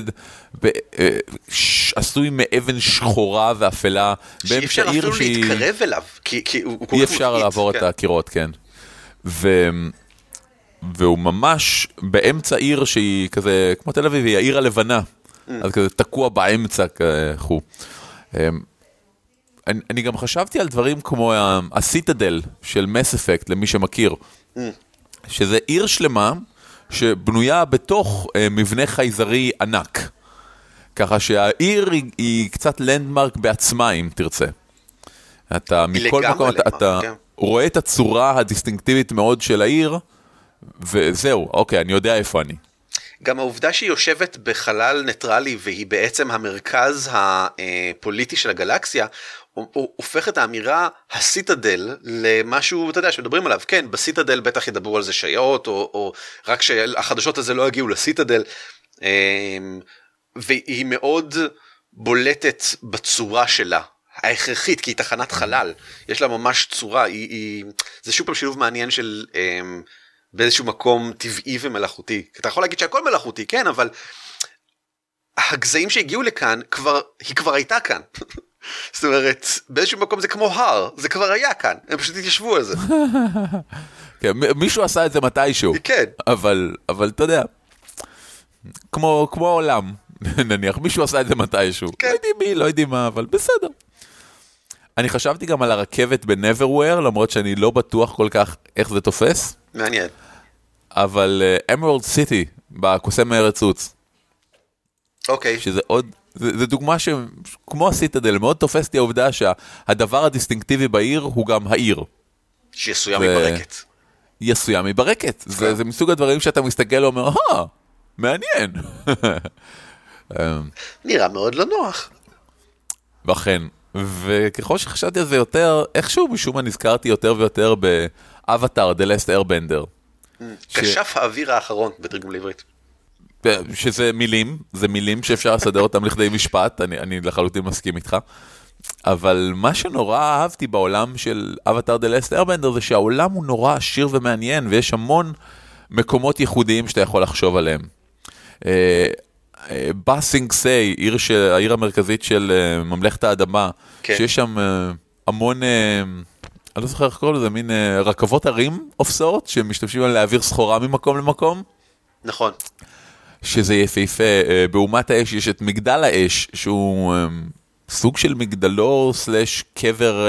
עשוי מאבן שחורה ואפלה, שאי אפשר אפילו להתקרב אליו, כי הוא כל אי אפשר לעבור את הקירות, כן. והוא ממש באמצע עיר שהיא כזה, כמו תל אביב, היא העיר הלבנה, אז כזה תקוע באמצע כחו. אני, אני גם חשבתי על דברים כמו הסיטדל של מס אפקט, למי שמכיר, שזה עיר שלמה שבנויה בתוך מבנה חייזרי ענק. ככה שהעיר היא, היא קצת לנדמרק בעצמה, אם תרצה. אתה מכל מקום, אתה, אתה כן. רואה את הצורה הדיסטינקטיבית מאוד של העיר, וזהו, אוקיי, אני יודע איפה אני. גם העובדה שהיא יושבת בחלל ניטרלי, והיא בעצם המרכז הפוליטי של הגלקסיה, הופך את האמירה הסיטדל למשהו, אתה יודע, שמדברים עליו, כן, בסיטדל בטח ידברו על זה שעות, או, או רק שהחדשות הזה לא הגיעו לסיטדל, והיא מאוד בולטת בצורה שלה, ההכרחית, כי היא תחנת חלל, יש לה ממש צורה, היא, היא, זה שוב פעם שילוב מעניין של באיזשהו מקום טבעי ומלאכותי. אתה יכול להגיד שהכל מלאכותי, כן, אבל הגזעים שהגיעו לכאן, כבר, היא כבר הייתה כאן. זאת אומרת, באיזשהו מקום זה כמו הר, זה כבר היה כאן, הם פשוט התיישבו על זה. כן, מישהו עשה את זה מתישהו. כן. אבל, אבל אתה יודע, כמו, כמו העולם, נניח, מישהו עשה את זה מתישהו. כן. לא יודעים מי, לא יודעים מה, אבל בסדר. אני חשבתי גם על הרכבת בנברוויר, למרות שאני לא בטוח כל כך איך זה תופס. מעניין. אבל אמרלד uh, סיטי, בקוסם מארץ עוץ. אוקיי. שזה עוד, זה, זה דוגמה שכמו הסיטדל, מאוד תופסתי העובדה שהדבר הדיסטינקטיבי בעיר הוא גם העיר. שיסויה מברקת. יסויה מברקת. זה, זה מסוג הדברים שאתה מסתכל ואומר, אה, מעניין. נראה מאוד לא נוח. ואכן. וככל שחשבתי על זה יותר, איכשהו משום מה נזכרתי יותר ויותר באבטר, The Last Airbender. כשף האוויר האחרון בתרגום לעברית. שזה מילים, זה מילים שאפשר לסדר אותם לכדי משפט, אני, אני לחלוטין מסכים איתך. אבל מה שנורא אהבתי בעולם של אבטר, The Last Airbender, זה שהעולם הוא נורא עשיר ומעניין, ויש המון מקומות ייחודיים שאתה יכול לחשוב עליהם. בסינג סיי, עיר, העיר המרכזית של ממלכת האדמה, כן. שיש שם המון, אני לא זוכר איך קוראים לזה, מין רכבות הרים of sorts, שמשתמשים על להעביר סחורה ממקום למקום. נכון. שזה יפהפה. באומת האש יש את מגדל האש, שהוא סוג של מגדלור סלש קבר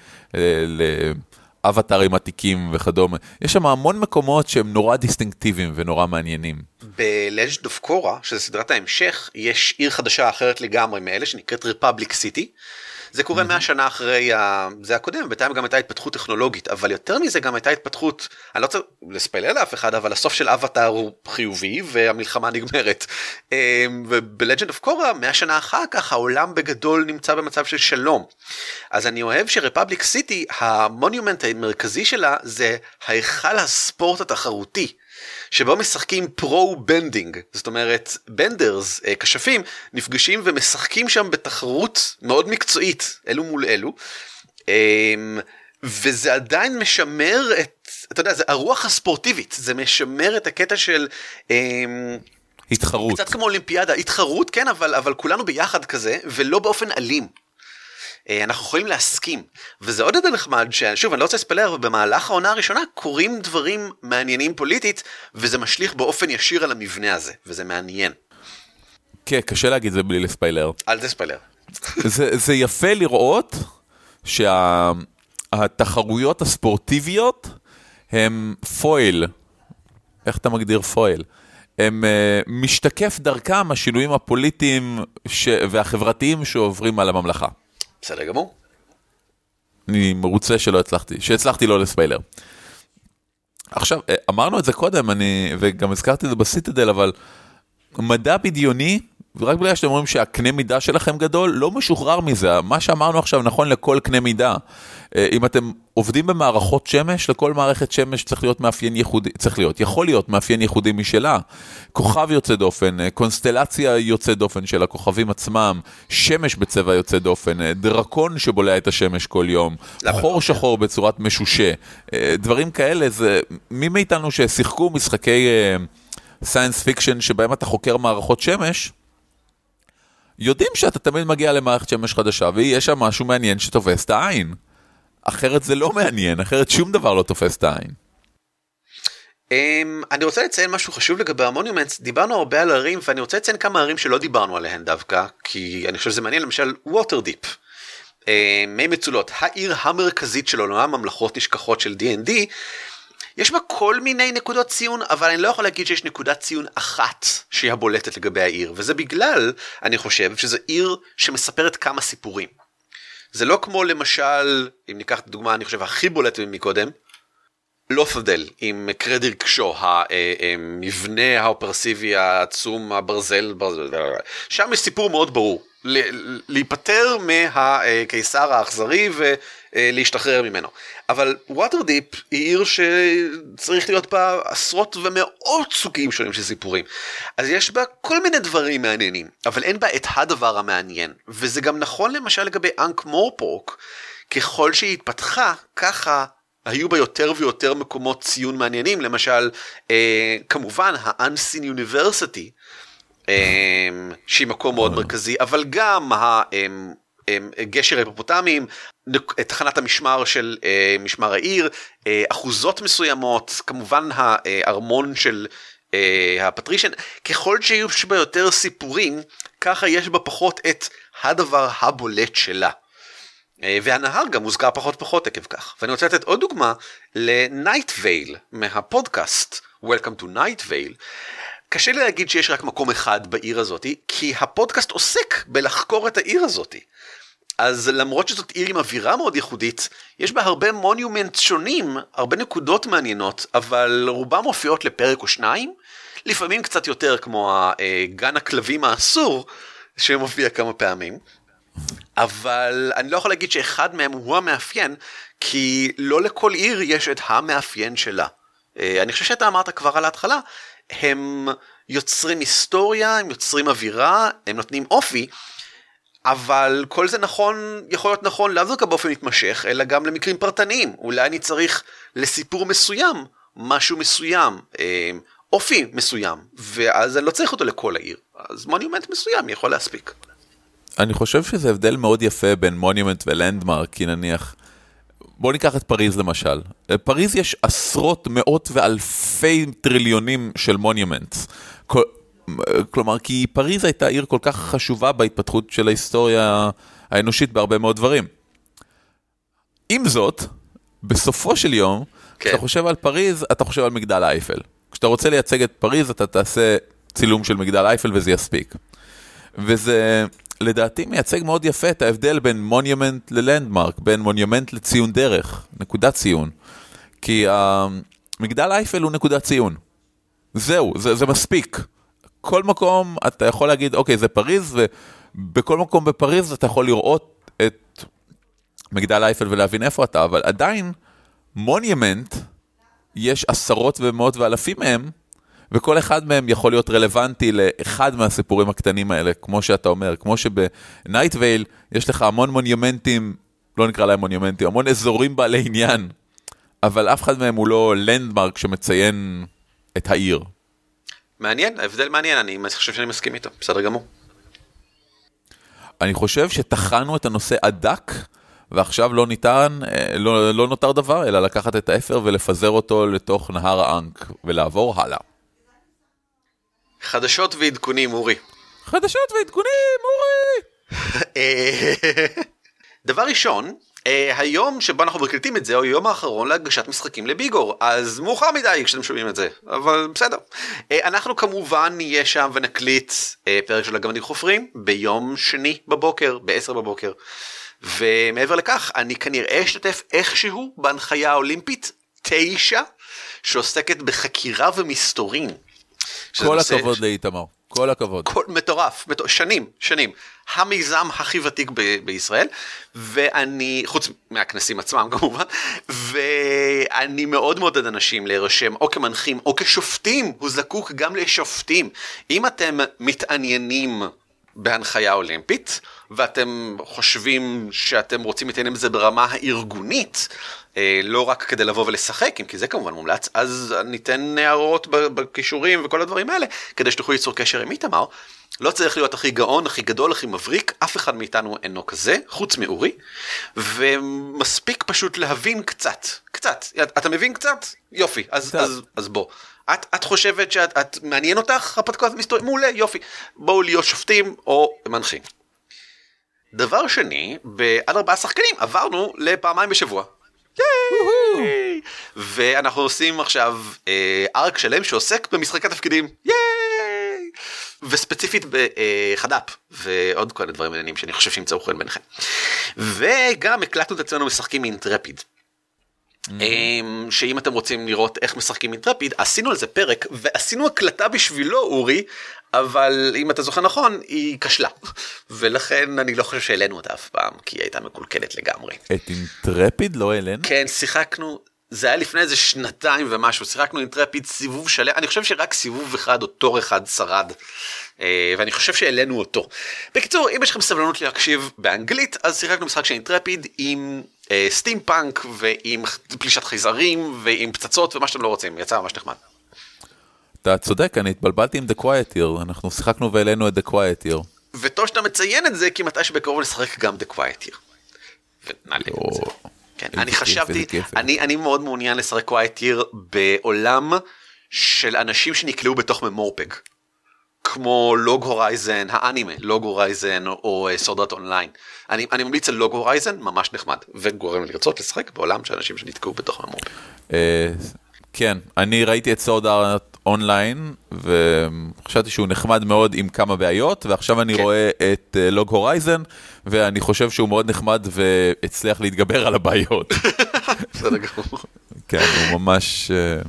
לאבטרים עתיקים וכדומה. יש שם המון מקומות שהם נורא דיסטינקטיביים ונורא מעניינים. ב-Legend of Korra, שזה סדרת ההמשך, יש עיר חדשה אחרת לגמרי מאלה, שנקראת Republic City. זה קורה מאה שנה אחרי זה הקודם, בינתיים גם הייתה התפתחות טכנולוגית, אבל יותר מזה גם הייתה התפתחות, אני לא רוצה לספיילר לאף אחד, אבל הסוף של אבטר הוא חיובי, והמלחמה נגמרת. וב-Legend of Korra, מאה שנה אחר כך, העולם בגדול נמצא במצב של שלום. אז אני אוהב שרפבליק סיטי, המונומנט המרכזי שלה, זה ההיכל הספורט התחרותי. שבו משחקים פרו-בנדינג, זאת אומרת, בנדרס, כשפים, נפגשים ומשחקים שם בתחרות מאוד מקצועית, אלו מול אלו, וזה עדיין משמר את, אתה יודע, זה הרוח הספורטיבית, זה משמר את הקטע של התחרות. קצת כמו אולימפיאדה, התחרות, כן, אבל, אבל כולנו ביחד כזה, ולא באופן אלים. אנחנו יכולים להסכים, וזה עוד יותר נחמד, ששוב, אני לא רוצה לספלר, אבל במהלך העונה הראשונה קורים דברים מעניינים פוליטית, וזה משליך באופן ישיר על המבנה הזה, וזה מעניין. כן, קשה להגיד זה בלי לספיילר. אל תספיילר. זה, זה יפה לראות שהתחרויות הספורטיביות הם פויל. איך אתה מגדיר פויל? הם uh, משתקף דרכם השינויים הפוליטיים ש... והחברתיים שעוברים על הממלכה. בסדר גמור. אני מרוצה שלא הצלחתי, שהצלחתי לא לספיילר. עכשיו, אמרנו את זה קודם, אני, וגם הזכרתי את זה בסיטדל, אבל מדע בדיוני, ורק בגלל שאתם אומרים שהקנה מידה שלכם גדול, לא משוחרר מזה. מה שאמרנו עכשיו נכון לכל קנה מידה. אם אתם עובדים במערכות שמש, לכל מערכת שמש צריך להיות מאפיין ייחודי, צריך להיות, יכול להיות מאפיין ייחודי משלה. כוכב יוצא דופן, קונסטלציה יוצא דופן של הכוכבים עצמם, שמש בצבע יוצא דופן, דרקון שבולע את השמש כל יום, חור שחור בצורת משושה. דברים כאלה, זה מי מאיתנו ששיחקו משחקי סיינס פיקשן שבהם אתה חוקר מערכות שמש, יודעים שאתה תמיד מגיע למערכת שמש חדשה, ויש שם משהו מעניין שתופס את העין. אחרת זה לא מעניין, אחרת שום דבר לא תופס את העין. Um, אני רוצה לציין משהו חשוב לגבי המונומנטס, דיברנו הרבה על ערים, ואני רוצה לציין כמה ערים שלא דיברנו עליהן דווקא, כי אני חושב שזה מעניין, למשל ווטרדיפ, uh, מי מצולות, העיר המרכזית של עולם ממלכות נשכחות של די אנד די, יש בה כל מיני נקודות ציון, אבל אני לא יכול להגיד שיש נקודת ציון אחת שהיא הבולטת לגבי העיר, וזה בגלל, אני חושב, שזה עיר שמספרת כמה סיפורים. זה לא כמו למשל, אם ניקח את הדוגמה, אני חושב, הכי בולטת מקודם, לות'דל, עם קרדיר קשו, המבנה האופרסיבי העצום, הברזל, שם יש סיפור מאוד ברור, להיפטר מהקיסר האכזרי ולהשתחרר ממנו. אבל ווטרדיפ היא עיר שצריך להיות בה עשרות ומאות סוגים שונים של סיפורים. אז יש בה כל מיני דברים מעניינים, אבל אין בה את הדבר המעניין. וזה גם נכון למשל לגבי אנק מורפורק, ככל שהיא התפתחה, ככה היו בה יותר ויותר מקומות ציון מעניינים, למשל, אה, כמובן, ה-Unseen University, אה, שהיא מקום מאוד מרכזי, אבל גם ה... אה, גשר היפופוטמיים, תחנת המשמר של אה, משמר העיר, אה, אחוזות מסוימות, כמובן הארמון של אה, הפטרישן, ככל שיהיו בה יותר סיפורים, ככה יש בה פחות את הדבר הבולט שלה. אה, והנהר גם מוזכר פחות פחות עקב כך. ואני רוצה לתת עוד דוגמה ל-Night Vale מהפודקאסט Welcome to Night Vale. קשה לי להגיד שיש רק מקום אחד בעיר הזאת, כי הפודקאסט עוסק בלחקור את העיר הזאת. אז למרות שזאת עיר עם אווירה מאוד ייחודית, יש בה הרבה מוניומנט שונים, הרבה נקודות מעניינות, אבל רובם מופיעות לפרק או שניים, לפעמים קצת יותר כמו גן הכלבים האסור, שמופיע כמה פעמים. אבל אני לא יכול להגיד שאחד מהם הוא המאפיין, כי לא לכל עיר יש את המאפיין שלה. אני חושב שאתה אמרת כבר על ההתחלה, הם יוצרים היסטוריה, הם יוצרים אווירה, הם נותנים אופי, אבל כל זה נכון, יכול להיות נכון, לאו דווקא באופן מתמשך, אלא גם למקרים פרטניים. אולי אני צריך לסיפור מסוים, משהו מסוים, אופי מסוים, ואז אני לא צריך אותו לכל העיר. אז מונומנט מסוים יכול להספיק. אני חושב שזה הבדל מאוד יפה בין מונומנט ולנדמרק, כי נניח, בואו ניקח את פריז למשל. פריז יש עשרות, מאות ואלפי טריליונים של מונומנטס. כל... כלומר, כי פריז הייתה עיר כל כך חשובה בהתפתחות של ההיסטוריה האנושית בהרבה מאוד דברים. עם זאת, בסופו של יום, כן. כשאתה חושב על פריז, אתה חושב על מגדל אייפל. כשאתה רוצה לייצג את פריז, אתה תעשה צילום של מגדל אייפל וזה יספיק. וזה, לדעתי, מייצג מאוד יפה את ההבדל בין מונומנט ללנדמרק, בין מונומנט לציון דרך, נקודת ציון. כי מגדל אייפל הוא נקודת ציון. זהו, זה, זה מספיק. כל מקום אתה יכול להגיד, אוקיי, זה פריז, ובכל מקום בפריז אתה יכול לראות את מגדל אייפל ולהבין איפה אתה, אבל עדיין מונומנט, יש עשרות ומאות ואלפים מהם, וכל אחד מהם יכול להיות רלוונטי לאחד מהסיפורים הקטנים האלה, כמו שאתה אומר, כמו שבנייט וייל יש לך המון מונומנטים, לא נקרא להם מונומנטים, המון אזורים בעלי עניין, אבל אף אחד מהם הוא לא לנדמרק שמציין את העיר. מעניין, ההבדל מעניין, אני חושב שאני מסכים איתו, בסדר גמור. אני חושב שתחנו את הנושא עדק, ועכשיו לא ניתן, לא, לא נותר דבר, אלא לקחת את האפר ולפזר אותו לתוך נהר האנק, ולעבור הלאה. חדשות ועדכונים, אורי. חדשות ועדכונים, אורי! דבר ראשון, היום שבו אנחנו מקליטים את זה, הוא היום האחרון להגשת משחקים לביגור, אז מאוחר מדי כשאתם שומעים את זה, אבל בסדר. אנחנו כמובן נהיה שם ונקליט פרק של הגמדים חופרים, ביום שני בבוקר, בעשר בבוקר. ומעבר לכך, אני כנראה אשתתף איכשהו בהנחיה האולימפית תשע, שעוסקת בחקירה ומסתורין. כל הכבוד לאיתמר, כל הכבוד. כל, מטורף, מטורף, שנים, שנים. המיזם הכי ותיק ב- בישראל, ואני, חוץ מהכנסים עצמם כמובן, ואני מאוד מעודד אנשים להירשם או כמנחים או כשופטים, הוא זקוק גם לשופטים. אם אתם מתעניינים בהנחיה אולימפית, ואתם חושבים שאתם רוצים להתעניין בזה ברמה הארגונית, לא רק כדי לבוא ולשחק, כי זה כמובן מומלץ, אז ניתן הערות בקישורים וכל הדברים האלה, כדי שתוכלו ליצור קשר עם איתמר. לא צריך להיות הכי גאון, הכי גדול, הכי מבריק, אף אחד מאיתנו אינו כזה, חוץ מאורי, ומספיק פשוט להבין קצת, קצת. אתה מבין קצת? יופי, אז, אז, אז בוא. את, את חושבת שאת את, מעניין אותך הפודקאסט מסתורי? מעולה, יופי. בואו להיות שופטים או מנחים. דבר שני, בעד ארבעה שחקנים עברנו לפעמיים בשבוע. ייי! ואנחנו עושים עכשיו אה, ארק שלם שעוסק במשחקי תפקידים. ייי! וספציפית בחד"פ ועוד כל הדברים מעניינים שאני חושב שימצאו חן ביניכם. וגם הקלטנו את עצמנו משחקים אינטרפיד. שאם אתם רוצים לראות איך משחקים אינטרפיד, עשינו על זה פרק ועשינו הקלטה בשבילו, אורי, אבל אם אתה זוכר נכון, היא כשלה. ולכן אני לא חושב שהעלינו אותה אף פעם, כי היא הייתה מקולקלת לגמרי. את אינטרפיד לא העלינו? כן, שיחקנו, זה היה לפני איזה שנתיים ומשהו, שיחקנו אינטרפיד סיבוב שלם, אני חושב שרק סיבוב אחד או תור אחד שרד, ואני חושב שהעלינו אותו. בקיצור, אם יש לכם סבלנות להקשיב באנגלית, אז שיחקנו משחק של אינטרפיד עם סטים פאנק ועם פלישת חייזרים ועם פצצות ומה שאתם לא רוצים, יצא ממש נחמד. אתה צודק, אני התבלבלתי עם The Quiet Year, אנחנו שיחקנו והעלינו את The Quiet Year. וטוב שאתה מציין את זה, כי מתי שבקרוב נשחק גם The Quiet Year. ונעלה את זה. כן, אני חשבתי, אני, אני מאוד מעוניין לשחק Quiet Year בעולם של אנשים שנקלעו בתוך ממורפג. כמו לוג הורייזן, האנימה, לוג הורייזן או סורדרט אונליין. אני, אני ממליץ על לוג הורייזן, ממש נחמד, וגורם לרצות לשחק בעולם של אנשים שנתקעו בתוך ממורפג. כן, אני ראיתי את סורדרט אונליין, וחשבתי שהוא נחמד מאוד עם כמה בעיות, ועכשיו אני רואה את לוג הורייזן, ואני חושב שהוא מאוד נחמד והצליח להתגבר על הבעיות. בסדר גמור. כן, הוא ממש...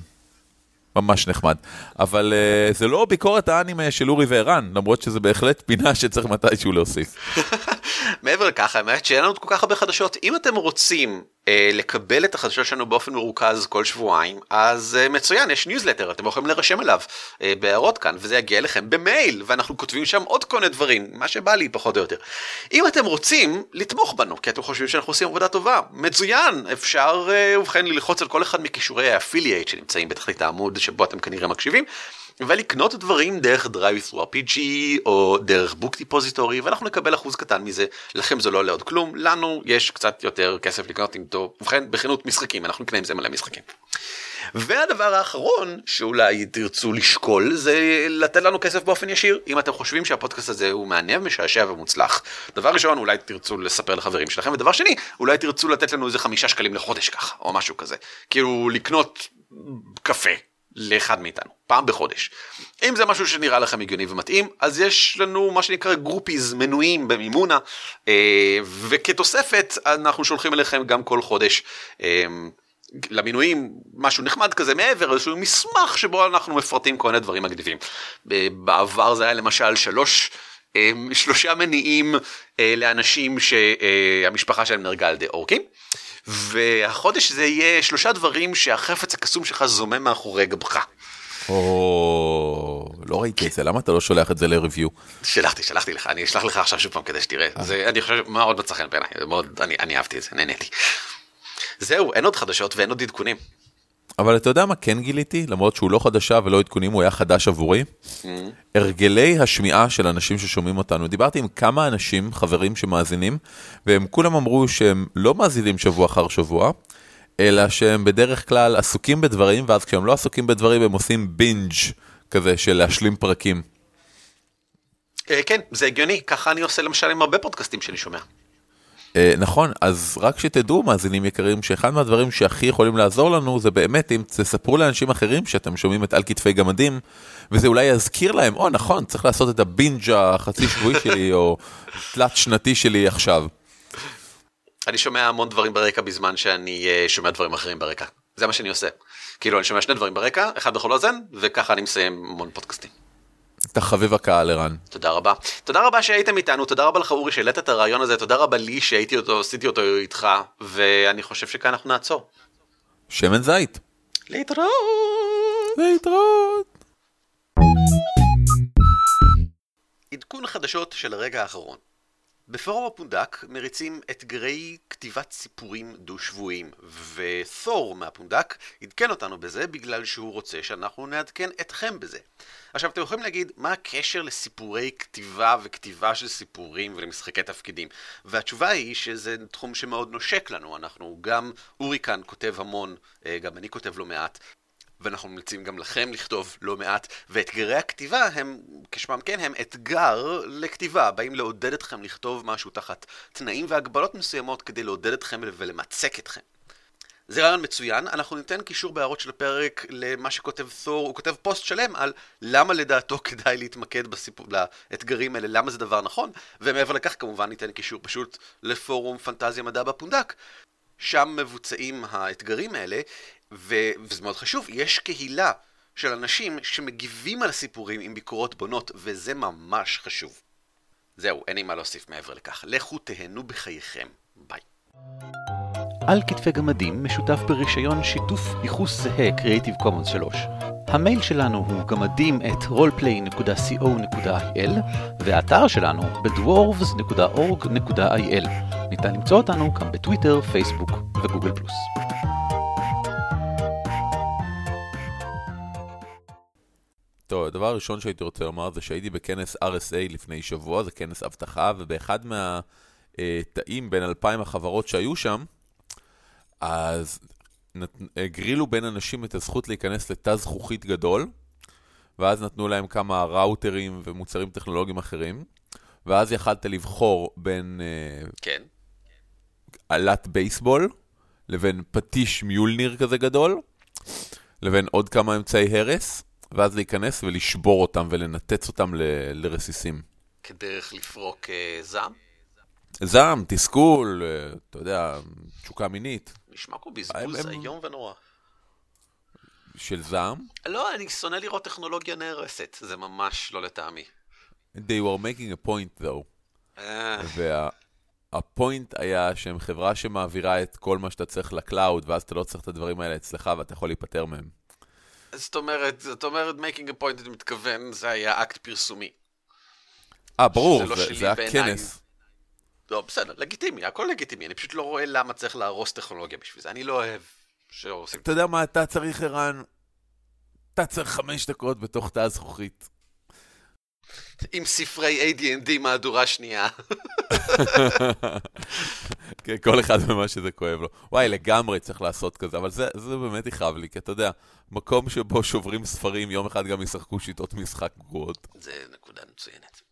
ממש נחמד, אבל uh, זה לא ביקורת האנימה של אורי וערן, למרות שזה בהחלט פינה שצריך מתישהו להוסיף. מעבר לכך, האמת שאין לנו כל כך הרבה חדשות, אם אתם רוצים uh, לקבל את החדשות שלנו באופן מרוכז כל שבועיים, אז uh, מצוין, יש ניוזלטר, אתם יכולים לרשם אליו uh, בהערות כאן, וזה יגיע לכם במייל, ואנחנו כותבים שם עוד כל מיני דברים, מה שבא לי פחות או יותר. אם אתם רוצים לתמוך בנו, כי אתם חושבים שאנחנו עושים עבודה טובה, מצוין, אפשר uh, ובכן ללחוץ על כל אחד מכישורי האפיליאט שנמצאים בתחתית העמוד שבו אתם כנראה מקשיבים, ולקנות דברים דרך Drive Thru אר פי ג'י או דרך בוק דיפוזיטורי, ואנחנו נקבל אחוז קטן מזה. לכם זה לא עולה עוד כלום, לנו יש קצת יותר כסף לקנות עם טוב, ובכן בחנות משחקים, אנחנו נקנה עם זה מלא משחקים. והדבר האחרון שאולי תרצו לשקול זה לתת לנו כסף באופן ישיר, אם אתם חושבים שהפודקאסט הזה הוא מעניין, משעשע ומוצלח. דבר ראשון, אולי תרצו לספר לחברים שלכם, ודבר שני, אולי תרצו לתת לנו איזה חמישה שקלים לחודש ככה, או משהו כזה. כאילו לקנות קפה לאחד מאיתנו, פעם בחודש. אם זה משהו שנראה לכם הגיוני ומתאים, אז יש לנו מה שנקרא גרופיז מנויים במימונה, וכתוספת אנחנו שולחים אליכם גם כל חודש למינויים, משהו נחמד כזה מעבר, איזשהו מסמך שבו אנחנו מפרטים כל מיני דברים מגניבים. בעבר זה היה למשל שלוש, שלושה מניעים לאנשים שהמשפחה שלהם נהרגה על ידי אורקים, והחודש זה יהיה שלושה דברים שהחפץ הקסום שלך זומם מאחורי גבך. או, לא ראיתי את זה, למה אתה לא שולח את זה לריוויו? שלחתי, שלחתי לך, אני אשלח לך עכשיו שוב פעם כדי שתראה. אני חושב מאוד מצא חן בעיניי, אני אהבתי את זה, נהניתי. זהו, אין עוד חדשות ואין עוד עדכונים. אבל אתה יודע מה כן גיליתי? למרות שהוא לא חדשה ולא עדכונים, הוא היה חדש עבורי. הרגלי השמיעה של אנשים ששומעים אותנו. דיברתי עם כמה אנשים, חברים שמאזינים, והם כולם אמרו שהם לא מאזינים שבוע אחר שבוע, אלא שהם בדרך כלל עסוקים בדברים, ואז כשהם לא עסוקים בדברים הם עושים בינג' כזה של להשלים פרקים. כן, זה הגיוני. ככה אני עושה למשל עם הרבה פודקאסטים שאני שומע. נכון, אז רק שתדעו מאזינים יקרים, שאחד מהדברים שהכי יכולים לעזור לנו, זה באמת אם תספרו לאנשים אחרים שאתם שומעים את על כתפי גמדים, וזה אולי יזכיר להם, או נכון, צריך לעשות את הבינג' החצי שבועי שלי, או תלת שנתי שלי עכשיו. אני שומע המון דברים ברקע בזמן שאני שומע דברים אחרים ברקע. זה מה שאני עושה. כאילו אני שומע שני דברים ברקע, אחד בכל אוזן, וככה אני מסיים המון פודקאסטים. אתה חביב הקהל, ערן. תודה רבה. תודה רבה שהייתם איתנו, תודה רבה לך אורי שהעלית את הרעיון הזה, תודה רבה לי שהייתי אותו, עשיתי אותו איתך, ואני חושב שכאן אנחנו נעצור. שמן זית. להתראות. להתראות. עדכון חדשות של הרגע האחרון. בפורום הפונדק מריצים אתגרי כתיבת סיפורים דו-שבועיים, ותור מהפונדק עדכן אותנו בזה בגלל שהוא רוצה שאנחנו נעדכן אתכם בזה. עכשיו אתם יכולים להגיד מה הקשר לסיפורי כתיבה וכתיבה של סיפורים ולמשחקי תפקידים, והתשובה היא שזה תחום שמאוד נושק לנו. אנחנו גם, אורי כאן כותב המון, גם אני כותב לא מעט, ואנחנו ממליצים גם לכם לכתוב לא מעט, ואתגרי הכתיבה הם, כשמם כן, הם אתגר לכתיבה, באים לעודד אתכם לכתוב משהו תחת תנאים והגבלות מסוימות כדי לעודד אתכם ולמצק אתכם. זה רעיון מצוין, אנחנו ניתן קישור בהערות של הפרק למה שכותב תור, הוא כותב פוסט שלם על למה לדעתו כדאי להתמקד בסיפור, לאתגרים האלה, למה זה דבר נכון, ומעבר לכך כמובן ניתן קישור פשוט לפורום פנטזיה מדע בפונדק, שם מבוצעים האתגרים האלה, ו... וזה מאוד חשוב, יש קהילה של אנשים שמגיבים על הסיפורים עם ביקורות בונות, וזה ממש חשוב. זהו, אין לי מה להוסיף מעבר לכך. לכו תהנו בחייכם. ביי. על כתפי גמדים משותף ברישיון שיתוף ייחוס זהה Creative Commons שלוש. המייל שלנו הוא גמדים את roleplay נקודה co נקודה il והאתר שלנו ב-דוורבס נקודה אורג נקודה איי אל. ניתן למצוא אותנו גם בטוויטר, פייסבוק וגוגל פלוס. טוב, הדבר הראשון שהייתי רוצה לומר זה שהייתי בכנס אר אס איי לפני שבוע, זה כנס אבטחה, ובאחד מהתאים בין אלפיים החברות שהיו שם, אז הגרילו בין אנשים את הזכות להיכנס לתא זכוכית גדול, ואז נתנו להם כמה ראוטרים ומוצרים טכנולוגיים אחרים, ואז יכלת לבחור בין כן. עלת בייסבול, לבין פטיש מיולניר כזה גדול, לבין עוד כמה אמצעי הרס, ואז להיכנס ולשבור אותם ולנתץ אותם ל- לרסיסים. כדרך לפרוק uh, זעם? זעם, תסכול, uh, אתה יודע, תשוקה מינית. נשמע כמו בזבוז היום ונורא. של זעם? לא, אני שונא לראות טכנולוגיה נהרסת, זה ממש לא לטעמי. They were making a point though. אה. והפוינט היה שהם חברה שמעבירה את כל מה שאתה צריך לקלאוד, ואז אתה לא צריך את הדברים האלה אצלך ואתה יכול להיפטר מהם. זאת אומרת, זאת אומרת, making a point, אתה מתכוון, זה היה אקט פרסומי. אה, ברור, לא זה, זה היה כנס. לא, בסדר, לגיטימי, הכל לגיטימי, אני פשוט לא רואה למה צריך להרוס טכנולוגיה בשביל זה, אני לא אוהב שעושים... אתה יודע מה אתה צריך, ערן? אתה צריך חמש דקות בתוך תא הזכוכית. עם ספרי איי די אנד די מהדורה שנייה. כן, כל אחד במה שזה כואב לו. וואי, לגמרי צריך לעשות כזה, אבל זה, זה באמת יכאב לי, כי אתה יודע, מקום שבו שוברים ספרים, יום אחד גם ישחקו שיטות משחק גרועות. זה נקודה מצוינת.